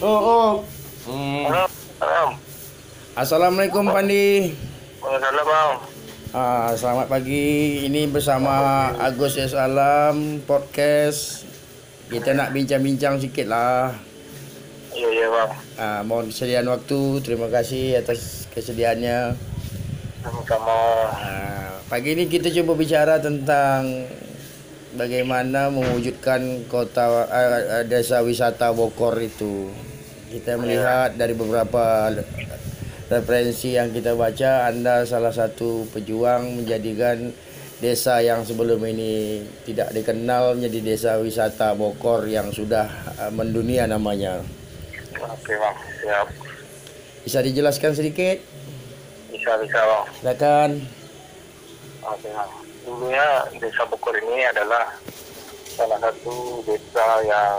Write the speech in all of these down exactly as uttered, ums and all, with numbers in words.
Oh, oh. Hmm. Halo, salam. Assalamualaikum Pandi. Waalaikumsalam, Bang. Ah, selamat pagi. Ini bersama Agus S. Alam Podcast. Kita nak bincang-bincang sikit lah. Iya, iya, Bang. Ah, mohon kesediaan waktu. Terima kasih atas kesediaannya. Sama-sama. Ah, pagi ini kita coba bicara tentang bagaimana mewujudkan kota uh, desa wisata Bokor itu. Kita melihat dari beberapa referensi yang kita baca, Anda salah satu pejuang menjadikan desa yang sebelum ini tidak dikenal menjadi desa wisata Bokor yang sudah uh, mendunia namanya. Oke, Bang. Siap. Bisa dijelaskan sedikit? Bisa, bisa, Bang. Silakan. Oke, Bang. Dulunya Desa Bokor ini adalah salah satu desa yang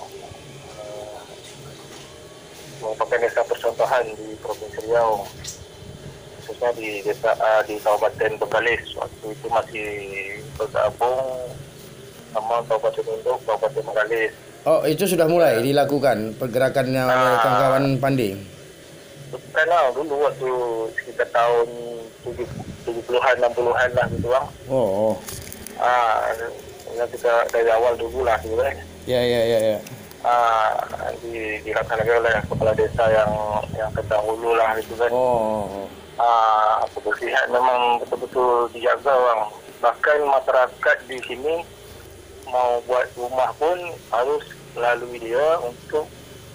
eh, merupakan desa percontohan di Provinsi Riau, khususnya di desa uh, di Kabupaten Bengkalis. Waktu itu masih bergabung sama Kabupaten Induk, Kabupaten Bengkalis. Oh, itu sudah mulai dilakukan pergerakannya oleh Ah. kawan-kawan Pandi. Bukan lah, dulu waktu sekitar tahun tujuh puluhan, enam puluhan lah gitu, Bang. Oh, oh. Ah, ya kita dari awal dulu lah gitu kan. Ya, ya, ya, ya. Ah, di dilaksanakan oleh kepala desa yang yang terdahulu lah gitu kan. Oh, oh. Ah, kebersihan memang betul-betul dijaga, Bang. Bahkan masyarakat di sini mau buat rumah pun harus melalui dia untuk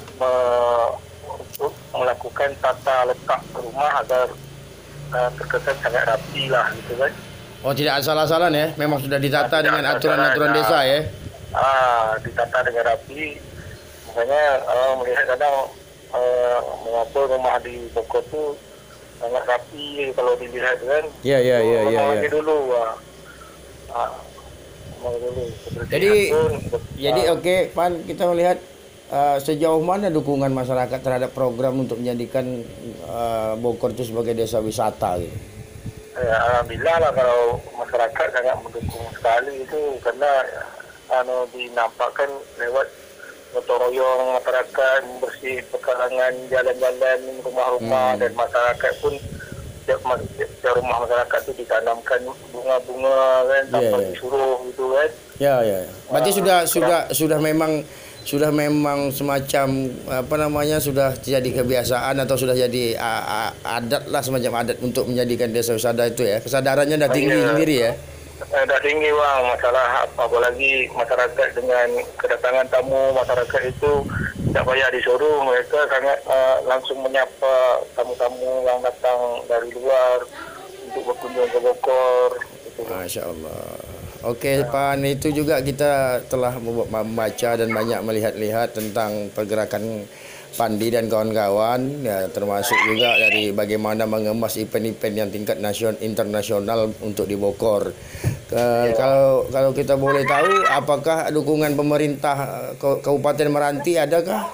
me- untuk melakukan tata letak rumah agar uh, terkesan sangat rapi lah gitu kan. Oh, tidak asal-asalan ya? Memang sudah ditata Ah, tidak dengan aturan-aturan asal-asalan, desa ya? Ah, ditata dengan rapi. Makanya uh, melihat kadang uh, mengapa rumah di Bogor tu sangat rapi kalau dilihat kan. Ya, ya, ya, ya, Memang ya. lagi dulu. Ah, ah, memang dulu. Jadi, pun, jadi ah, okey, Pan, kita melihat uh, sejauh mana dukungan masyarakat terhadap program untuk menjadikan uh, Bogor itu sebagai desa wisata gitu. ya, alhamdulillah lah kalau masyarakat sangat mendukung sekali itu karena anu dinampakkan lewat gotong royong masyarakat membersih pekarangan jalan-jalan rumah-rumah Hmm. dan masyarakat pun setiap, ma- setiap rumah masyarakat tu ditanamkan bunga-bunga kan tanpa Yeah. disuruh gitu kan. Ya, ya. ya. Berarti Ah, sudah kurang. sudah sudah memang sudah memang semacam apa namanya sudah jadi kebiasaan atau sudah jadi uh, uh, adat lah, semacam adat untuk menjadikan desa wisata itu ya. Kesadarannya dah tinggi Iya. sendiri ya. Eh, dah tinggi, Bang, masalah apa apalagi masyarakat dengan kedatangan tamu masyarakat itu tidak payah disuruh, mereka sangat uh, langsung menyapa tamu-tamu yang datang dari luar untuk berkunjung ke Bogor gitu. Masya Allah. Okey, Pan, itu juga kita telah membaca dan banyak melihat-lihat tentang pergerakan Pandi dan kawan-kawan, ya, termasuk juga dari bagaimana mengemas event-event yang tingkat nasional internasional untuk di Bogor. Ke, kalau kalau kita boleh tahu, apakah dukungan pemerintah Ke- Kabupaten Meranti adakah?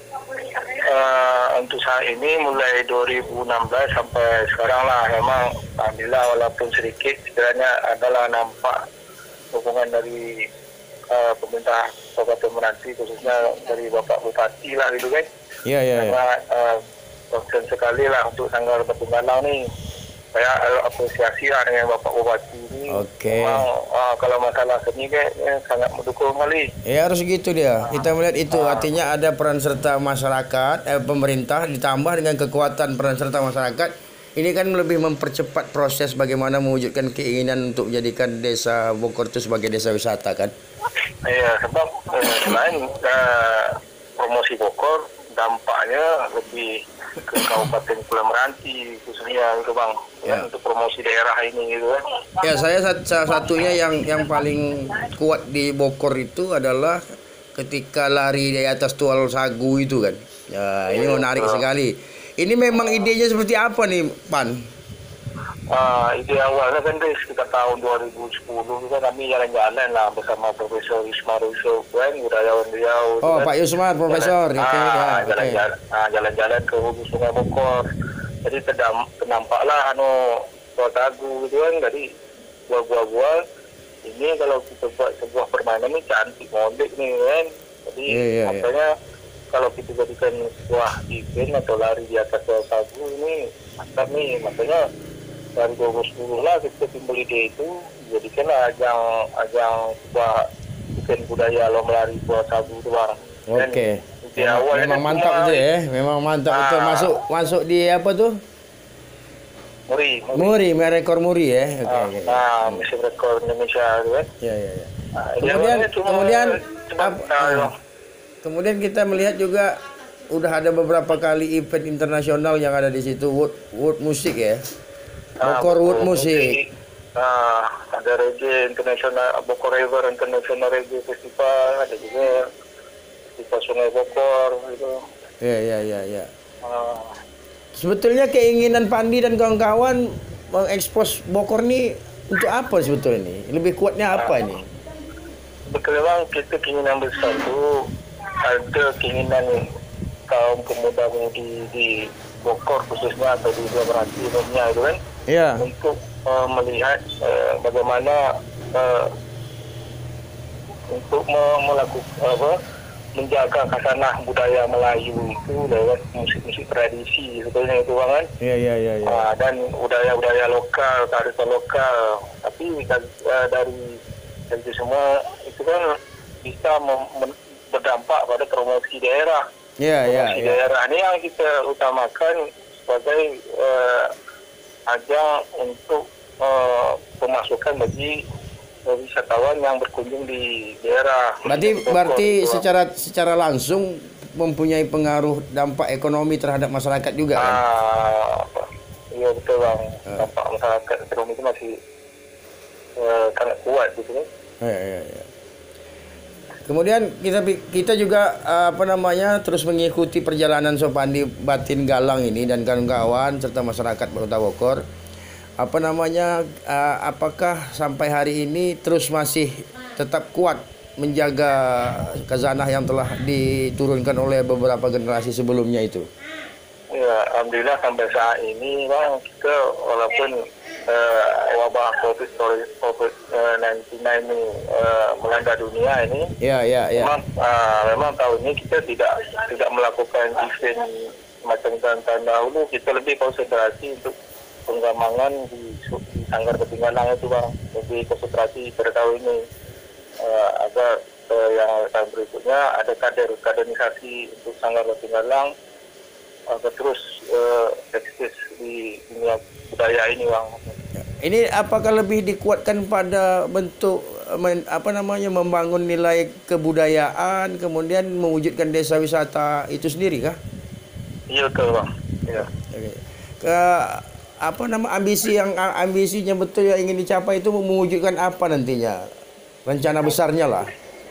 Uh, untuk saat ini mulai dua ribu enam belas sampai sekarang lah memang alhamdulillah walaupun sedikit setidaknya adalah nampak dukungan dari uh, pemerintah Kabupaten Meranti, khususnya dari Bapak Bupati lah gitu kan. Ya, ya, ya. Sangat uh, concern sekali lah untuk Sanggar Batu Galang ni. Saya uh, apresiasi lah dengan Bapak Bupati ni. Okey. Memang uh, kalau masalah seni kan eh, sangat mendukung kali. Ya, harus gitu dia. Kita melihat itu artinya ada peran serta masyarakat, eh, pemerintah ditambah dengan kekuatan peran serta masyarakat. Ini kan lebih mempercepat proses bagaimana mewujudkan keinginan untuk menjadikan desa Bogor itu sebagai desa wisata kan. Ya, sebab eh, selain uh, promosi Bogor, dampaknya lebih ke Kabupaten Pulau Meranti khususnya gitu, Bang. Ya, Ya. untuk promosi daerah ini gitu kan. Ya, saya sat- salah satunya yang yang paling kuat di Bogor itu adalah ketika lari di atas tual sagu itu kan. Ya, ini menarik sekali. Ini memang idenya seperti apa nih, Pan? Ah, ide awalnya kan dari sekitar tahun dua ribu sepuluh itu kan kami jalan-jalan lah bersama Profesor Ismar Yusuf kan, budayawan Riau. Oh, kan. Pak Yusmar, Profesor. Jalan, Oke, ah, ya, oke. jalan-jalan, ah, jalan-jalan ke hulu Sungai Bogor. Jadi terdam, ternampaklah anu buah tagu gitu kan, jadi buah-buah-buah. Ini kalau kita buat sebuah permainan ini cantik, modek nih kan. Jadi Iya, iya, iya. makanya kalau kita jadikan sebuah event atau lari di atas sabu ini mantap nih. Makanya dari dua ribu sepuluh lah kita timbul ide itu jadikanlah ajang ajang sebuah event budaya lomba lari buat sabu itu bang. Oke. Di awal Memang mantap itu ya, memang mantap Ah. betul. Masuk masuk di apa tuh? Muri, Muri. Muri, Muri, rekor Muri ya. Oke, Ah, oke. Nah, musim rekor Indonesia tu kan. Ya, ya, ya. Ah, dia Kemudian awalnya cuma- kemudian cuma- ap- ah, ah, kemudian kita melihat juga udah ada beberapa kali event internasional yang ada di situ, Wood Wood Musik ya. ah, Bokor Wood betul. Musik. Ah, ada Reggae International, Bokor River International Reggae Festival, ada juga Festival Sungai Bokor gitu. Ya, ya, ya, ya. Ah, Sebetulnya keinginan Pandi dan kawan-kawan mengekspos Bokor ini untuk apa sebetulnya ini? Lebih kuatnya apa ini? Sebetulnya kita keinginan besar tu ada keinginan kaum pemuda-pemudi di Bokor khususnya atau di Dua Merati umumnya itu kan Ya. untuk uh, melihat uh, bagaimana uh, untuk me- melakukan apa menjaga khasanah budaya Melayu itu lewat musik-musik tradisi sebetulnya itu kan. Ya, ya, ya, ya. Ah, dan budaya-budaya lokal, kearifan lokal. Tapi uh, dari dari itu semua itu kan bisa mem- men- berdampak pada promosi daerah. Ya, ya, Promosi ya. daerah ini yang kita utamakan sebagai uh, ajang untuk uh, pemasukan bagi uh, wisatawan yang berkunjung di daerah. Berarti Bogor, berarti gitu. secara secara langsung mempunyai pengaruh dampak ekonomi terhadap masyarakat juga kan? Ah, iya betul bang. Ah. Dampak masyarakat ekonomi itu masih uh, sangat kuat gitu kan. Ya, ya, ya. Kemudian kita kita juga eh, apa namanya terus mengikuti perjalanan Sopandi Batin Galang ini dan kawan-kawan serta masyarakat Kota Bogor. Apa namanya eh, apakah sampai hari ini terus masih tetap kuat menjaga khazanah yang telah diturunkan oleh beberapa generasi sebelumnya itu? Ya, alhamdulillah sampai saat ini bang kita walaupun uh, wabah COVID sembilan belas ini uh, melanda dunia ini, Ya, ya, ya. memang uh, memang tahun ini kita tidak tidak melakukan event macam tahun-tahun dahulu. Kita lebih konsentrasi untuk pengembangan di, di Sanggar Batin Galang itu bang, lebih konsentrasi pada tahun ini uh, agar uh, yang tahun berikutnya ada kader kaderisasi untuk Sanggar Batin Galang agar terus uh, eksis di dunia budaya ini bang. Ini apakah lebih dikuatkan pada bentuk eh, men, apa namanya membangun nilai kebudayaan kemudian mewujudkan desa wisata itu sendiri kah? Iya betul bang. Iya. Oke. Ke apa nama ambisi yang ambisinya betul yang ingin dicapai itu mewujudkan apa nantinya? Rencana besarnya lah.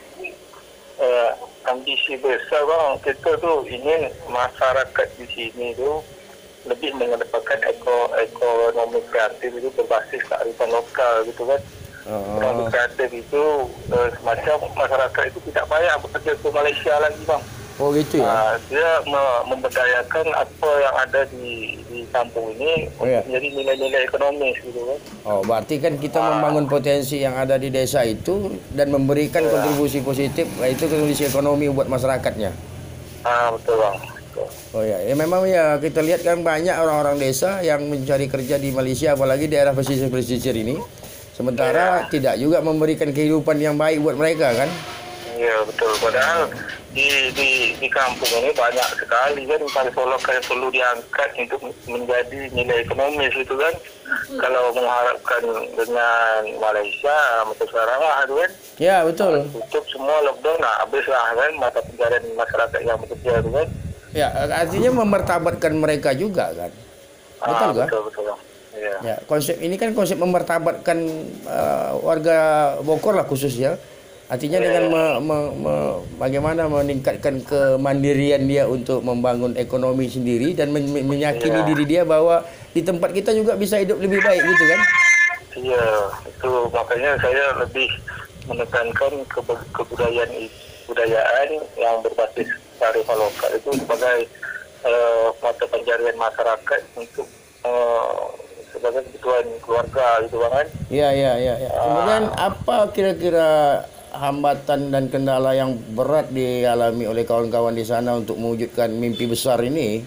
Uh, ambisi besar bang, kita tuh ingin masyarakat di sini tuh lebih mengedepankan eko ekonomi kreatif itu berbasis kearifan lokal gitu kan. Oh. Ekonomi kreatif itu uh, semacam masyarakat itu tidak payah bekerja ke Malaysia lagi bang. Oh gitu ya. Uh, dia me- memberdayakan apa yang ada di di kampung ini Oh, ya. untuk menjadi nilai-nilai ekonomis gitu kan. Oh, berarti kan kita membangun potensi yang ada di desa itu dan memberikan Ya. kontribusi positif yaitu kontribusi ekonomi buat masyarakatnya. Ah betul bang. Betul. Oh ya, ya memang ya kita lihat kan banyak orang-orang desa yang mencari kerja di Malaysia apalagi daerah pesisir-pesisir ini. Sementara tidak juga memberikan kehidupan yang baik buat mereka kan. Iya betul. Padahal di di di kampung ini banyak sekali kan pariwisata lokal yang perlu diangkat untuk menjadi nilai ekonomis itu kan. Kalau mengharapkan dengan Malaysia macam sekarang lah tu kan. Ya, betul. Tutup semua lockdown lah, habislah kan mata pencarian masyarakat yang bekerja tu kan. Ya, artinya memartabatkan mereka juga kan. Betul Ah, kah? betul betul bang. Iya. Ya, konsep ini kan konsep memartabatkan uh, warga Bogor lah khususnya. Artinya dengan me, me, me, bagaimana meningkatkan kemandirian dia untuk membangun ekonomi sendiri dan men, men- meyakini Ya. diri dia bahwa di tempat kita juga bisa hidup lebih baik gitu kan. Iya, itu makanya saya lebih menekankan ke kebudayaan kebudayaan yang berbasis kearifan lokal itu sebagai uh, mata pencarian masyarakat untuk uh, sebagai kebutuhan keluarga gitu kan. Ya, ya, ya, ya. Kemudian apa kira-kira hambatan dan kendala yang berat dialami oleh kawan-kawan di sana untuk mewujudkan mimpi besar ini?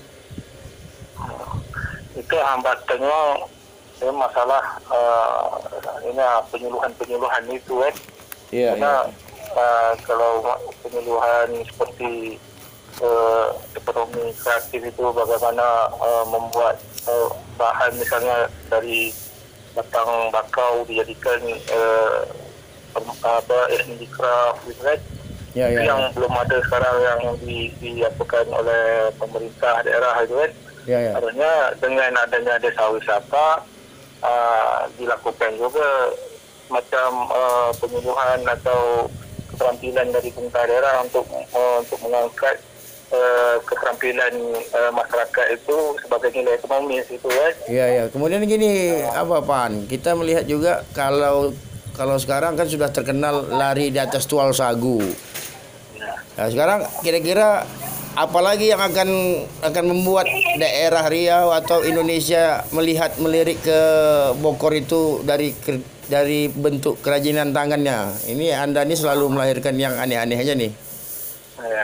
Itu hambatannya ya masalah uh, ini penyuluhan-penyuluhan itu kan. Iya, Karena iya. uh, kalau penyuluhan seperti uh, ekonomi kreatif itu bagaimana uh, membuat uh, bahan misalnya dari batang bakau dijadikan uh, apa handicraft gitu kan. Ya, ya, yang ya. belum ada sekarang yang di, diapakan oleh pemerintah daerah itu kan. Ya, ya. Harusnya dengan adanya desa wisata uh, dilakukan juga macam uh, penyuluhan atau keterampilan dari pemerintah daerah untuk uh, untuk mengangkat uh, keterampilan uh, masyarakat itu sebagai nilai ekonomis itu kan. Iya, ya. Kemudian gini, apa Pan? Kita melihat juga kalau kalau sekarang kan sudah terkenal lari di atas tual sagu. Nah, sekarang kira-kira apalagi yang akan akan membuat daerah Riau atau Indonesia melihat melirik ke Bokor itu dari dari bentuk kerajinan tangannya. Ini Anda ini selalu melahirkan yang aneh-aneh aja nih. Ya.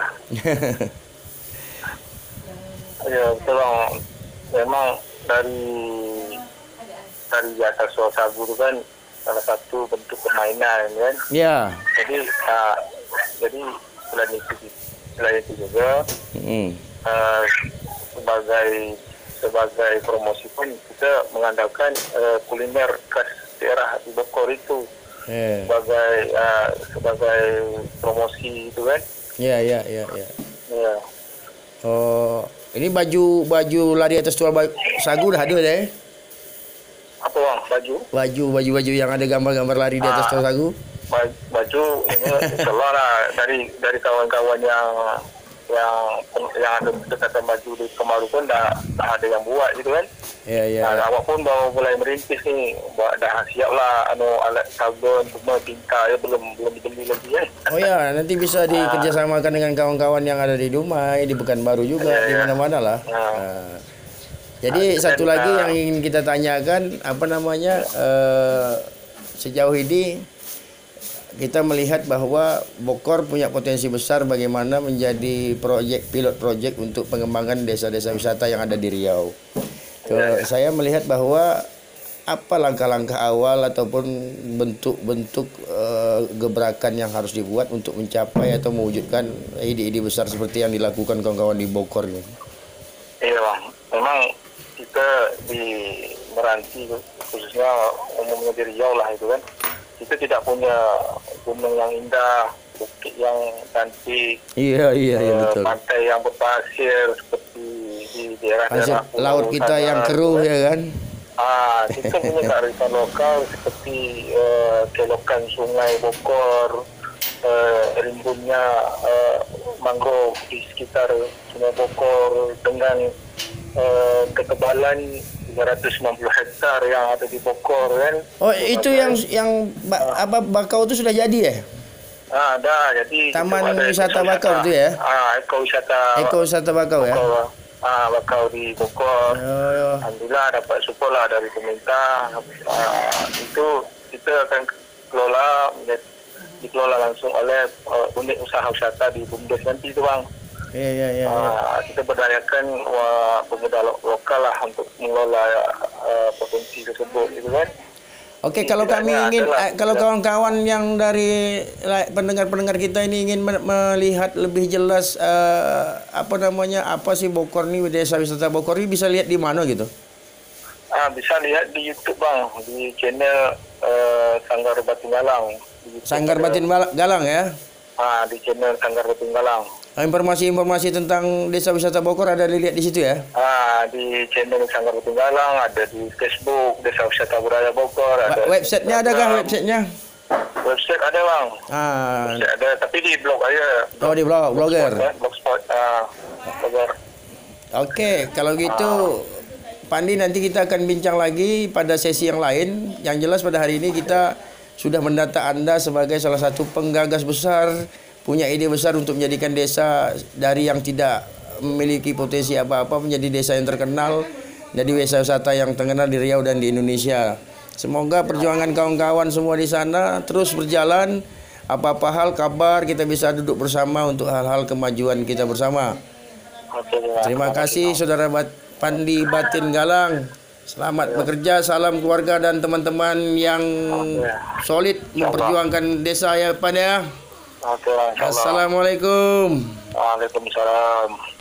Ya, betul bang. Memang dari dari jasa soal sagu itu kan salah satu bentuk permainan kan. Ya. Jadi uh, jadi selain itu selain itu juga Hmm. uh, sebagai sebagai promosi pun kita mengandalkan uh, kuliner khas daerah di Bokor itu Yeah. sebagai uh, sebagai promosi itu kan. Ya, ya, ya, ya. Ya. Oh, ini baju baju lari atas tual sagu udah ada deh. Apa bang? Baju? Baju baju baju yang ada gambar-gambar lari di atas Ah. tual sagu. Baju ini insyaallah lah dari dari kawan-kawan yang yang yang ada dekatan baju di Kemaru pun dah, dah ada yang buat gitu kan. Ya, ya. Nah, Ya. awak pun baru mulai merintis ni, buat dah siap lah anu alat sabun semua tinta ya belum belum dibeli lagi kan. Oh ya, nanti bisa dikerjasamakan dengan kawan-kawan yang ada di Dumai, di Pekanbaru juga, Ya, di ya. mana-mana lah. Ya. Nah, jadi Ah, satu dan, lagi ah, yang ingin kita tanyakan, apa namanya, eh, sejauh ini kita melihat bahwa Bokor punya potensi besar bagaimana menjadi proyek pilot project untuk pengembangan desa-desa wisata yang ada di Riau. Ke- saya melihat bahwa apa langkah-langkah awal ataupun bentuk-bentuk eh, gebrakan yang harus dibuat untuk mencapai atau mewujudkan ide-ide besar seperti yang dilakukan kawan-kawan di Bokor ini. Iya bang, memang kita di Meranti khususnya umumnya di Riau lah itu kan, kita tidak punya gunung yang indah, bukit yang cantik, Iya, iya, iya eh, betul. pantai yang berpasir seperti di daerah-daerah Hasil laut kita sana, yang gitu keruh kan. ya kan. Ah, kita punya kearifan lokal seperti uh, kelokan sungai Bokor, uh, rimbunnya uh, mangrove di sekitar sungai Bokor dengan uh, ketebalan tiga ratus sembilan puluh hektar yang ada di Bokor kan. Oh, itu yang yang ba- apa bakau itu sudah jadi ya? Ah, ada. Jadi Taman kita ada wisata ekowisata. bakau itu ya? Ah, ekowisata. Ekowisata bakau ya? Bokor. Ah, bakau di Bokor. Oh, oh. Alhamdulillah dapat support lah dari pemerintah. Uh, itu kita akan kelola, dikelola langsung oleh uh, unit usaha wisata di Bumdes nanti itu bang. Iya, iya, iya. Uh, kita berdayakan uh, pemuda lo- lokal lah untuk mengelola uh, provinsi tersebut gitu kan. Oke, kalau kami Setidaknya ingin, adalah- eh, kalau kawan-kawan yang dari la- pendengar-pendengar kita ini ingin me- melihat lebih jelas eh, apa namanya, apa sih Bokor ini, desa wisata Bokor ini bisa lihat di mana gitu? Ah, bisa lihat di YouTube bang, di channel uh, Sanggar Batu Galang. Di YouTube Sanggar ada- Batin Bala- Galang ya. Ah, di channel Sanggar Batu Galang. Informasi-informasi tentang desa wisata Bokor ada dilihat di situ ya. Ah, di channel Sanggar Batu Galang, ada di Facebook Desa Wisata Budaya Bokor, ada Wa- Websitenya adakah Instagram. websitenya? Website ada bang, Ah, website ada, tapi di blog aja. oh di blog, blogger. Blogspot, Blogspot, ah, blogger. Oke, kalau gitu Pandi nanti kita akan bincang lagi pada sesi yang lain. Yang jelas pada hari ini kita sudah mendata Anda sebagai salah satu penggagas besar, punya ide besar untuk menjadikan desa dari yang tidak memiliki potensi apa-apa menjadi desa yang terkenal, jadi desa wisata yang terkenal di Riau dan di Indonesia. Semoga perjuangan kawan-kawan semua di sana terus berjalan. apa-apa hal kabar kita bisa duduk bersama untuk hal-hal kemajuan kita bersama. Oke, ya. Terima kasih Saudara Bat- Pandi Batin Galang. Selamat bekerja, salam keluarga dan teman-teman yang solid memperjuangkan desa ya Pan ya. Oke, insyaallah. Assalamualaikum. Waalaikumsalam.